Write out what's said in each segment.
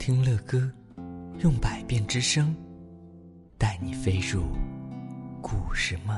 听乐歌，用百变之声带你飞入故事梦。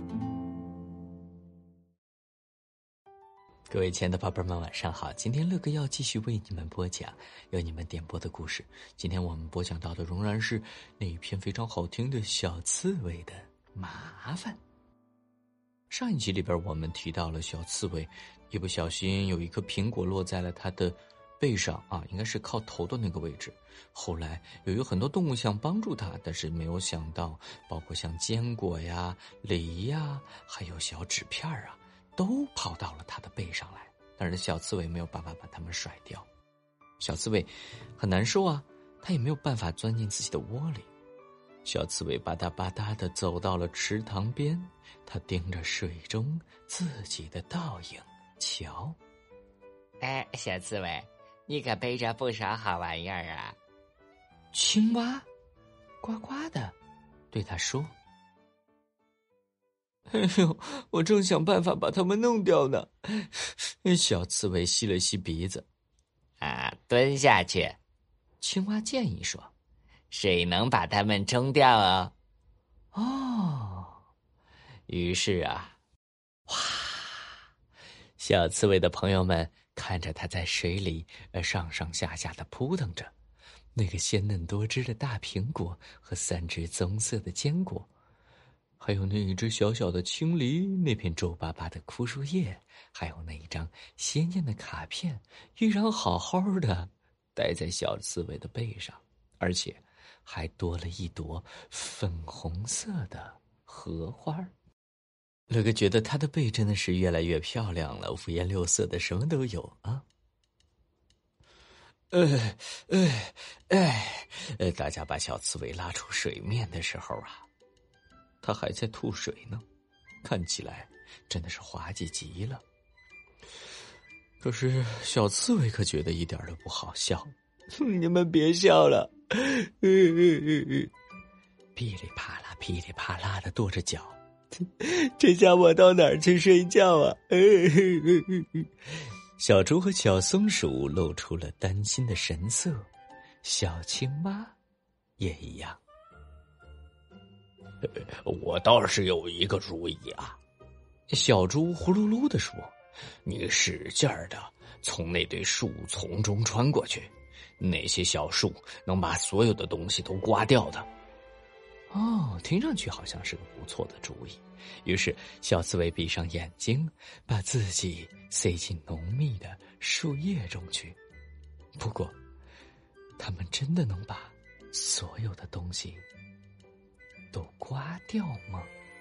各位亲爱的宝贝们，晚上好！今天乐哥要继续为你们播讲由你们点播的故事。今天我们播讲到的仍然是那一篇非常好听的小刺猬的麻烦。上一集里边我们提到了小刺猬一不小心有一颗苹果落在了它的背上啊，应该是靠头的那个位置。后来有很多动物想帮助它，但是没有想到包括像坚果呀、梨呀，还有小纸片啊，都跑到了它的背上来，但是小刺猬没有办法把它们甩掉。小刺猬很难受啊，它也没有办法钻进自己的窝里。小刺猬吧嗒吧嗒地走到了池塘边，它盯着水中自己的倒影瞧。 哎，小刺猬，你可背着不少好玩意儿啊！ 青蛙呱呱地对它说：“哎呦，我正想办法把它们弄掉呢。”小刺猬吸了吸鼻子， 蹲下去。 青蛙建议说：“ 水能把它们冲掉哦。” 哦，于是啊，哇！小刺猬的朋友们看着它在水里上上下下的扑腾着，那个鲜嫩多汁的大苹果和3只棕色的坚果，还有那一只小小的青梨，那片皱巴巴的枯树叶，还有那一张鲜艳的卡片，依然好好的待在小刺猬的背上，而且还多了一朵粉红色的荷花。乐哥觉得它的背真的是越来越漂亮了，五颜六色的，什么都有啊。大家把小刺猬拉出水面的时候啊，它还在吐水呢，看起来真的是滑稽极了。可是小刺猬可觉得一点都不好笑。你们别笑了。噼里啪啦噼里啪啦的跺着脚，这下我到哪儿去睡觉啊？小猪和小松鼠露出了担心的神色，小青蛙也一样。 我倒是有一个主意啊！ 小猪呼噜噜地说：“ 你使劲儿的从那堆树丛中穿过去，那些小树能把所有的东西都刮掉的。” 哦，听上去好像是个不错的主意。于是小刺猬闭上眼睛，把自己塞进浓密的树叶中去。不过它们真的能把所有的东西都刮掉吗？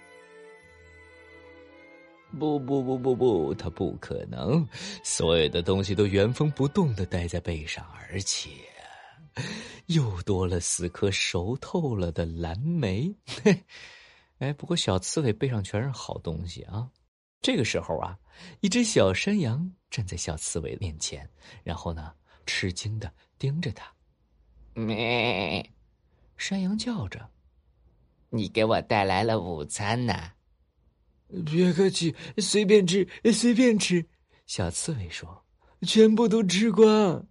不，它不可能，所有的东西都原封不动地待在背上，而且又多了4颗熟透了的蓝莓。不过小刺猬背上全是好东西啊。这个时候啊，一只小山羊站在小刺猬面前，然后呢，吃惊地盯着它。 咩！ 山羊叫着：“ 你给我带来了午餐呢。” 别客气，随便吃，随便吃。小刺猬说：“全部都吃光。”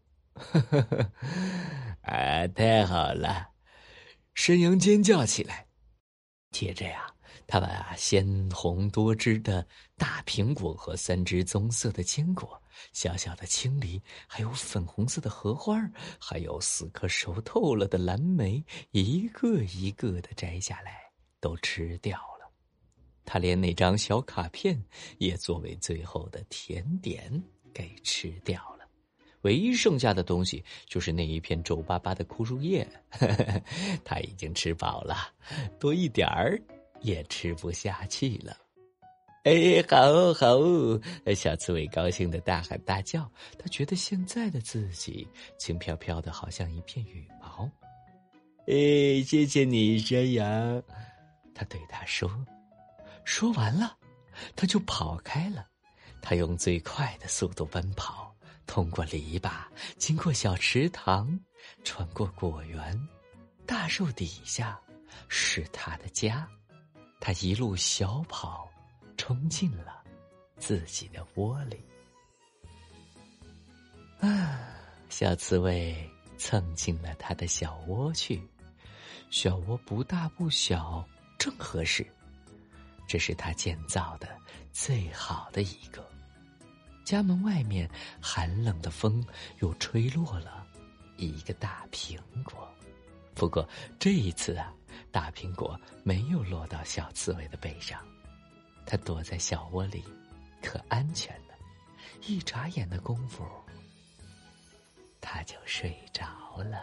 太好了！ 山羊尖叫起来。接着呀，他把鲜红多汁的大苹果和3只棕色的坚果、小小的青梨，还有粉红色的荷花，还有4颗熟透了的蓝莓，一个一个的摘下来，都吃掉了。他连那张小卡片也作为最后的甜点给吃掉了。唯一剩下的东西就是那一片皱巴巴的枯树叶，他已经吃饱了，多一点儿也吃不下去了。好哦好哦！小刺猬高兴的大喊大叫，他觉得现在的自己轻飘飘的，好像一片羽毛。谢谢你，山羊，他对他说。说完了，他就跑开了。他用最快的速度奔跑，通过篱笆，经过小池塘，穿过果园，大树底下是他的家。他一路小跑，冲进了自己的窝里。小刺猬蹭进了他的小窝去。小窝不大不小，正合适。这是他建造的最好的一个。家门外面寒冷的风又吹落了一个大苹果。不过这一次啊，大苹果没有落到小刺猬的背上，它躲在小窝里，可安全了。一眨眼的功夫，它就睡着了。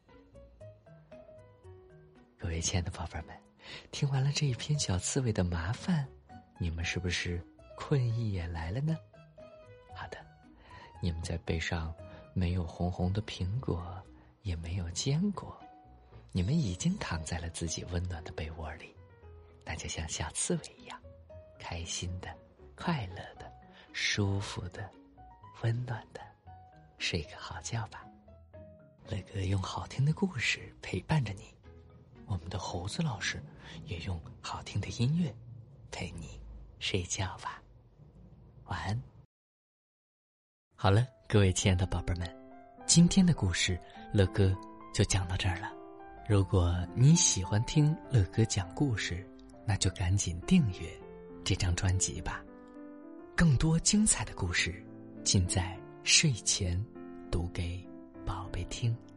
各位亲爱的宝贝们，听完了这一篇小刺猬的麻烦，你们是不是困意也来了呢？好的，你们在背上没有红红的苹果，也没有坚果，你们已经躺在了自己温暖的被窝里，那就像小刺猬一样，开心的、快乐的、舒服的、温暖的，睡个好觉吧。乐哥用好听的故事陪伴着你，我们的猴子老师也用好听的音乐陪你睡觉吧。晚安。好了，各位亲爱的宝贝们，今天的故事乐哥就讲到这儿了。如果你喜欢听乐哥讲故事，那就赶紧订阅这张专辑吧。更多精彩的故事尽在睡前读给宝贝听。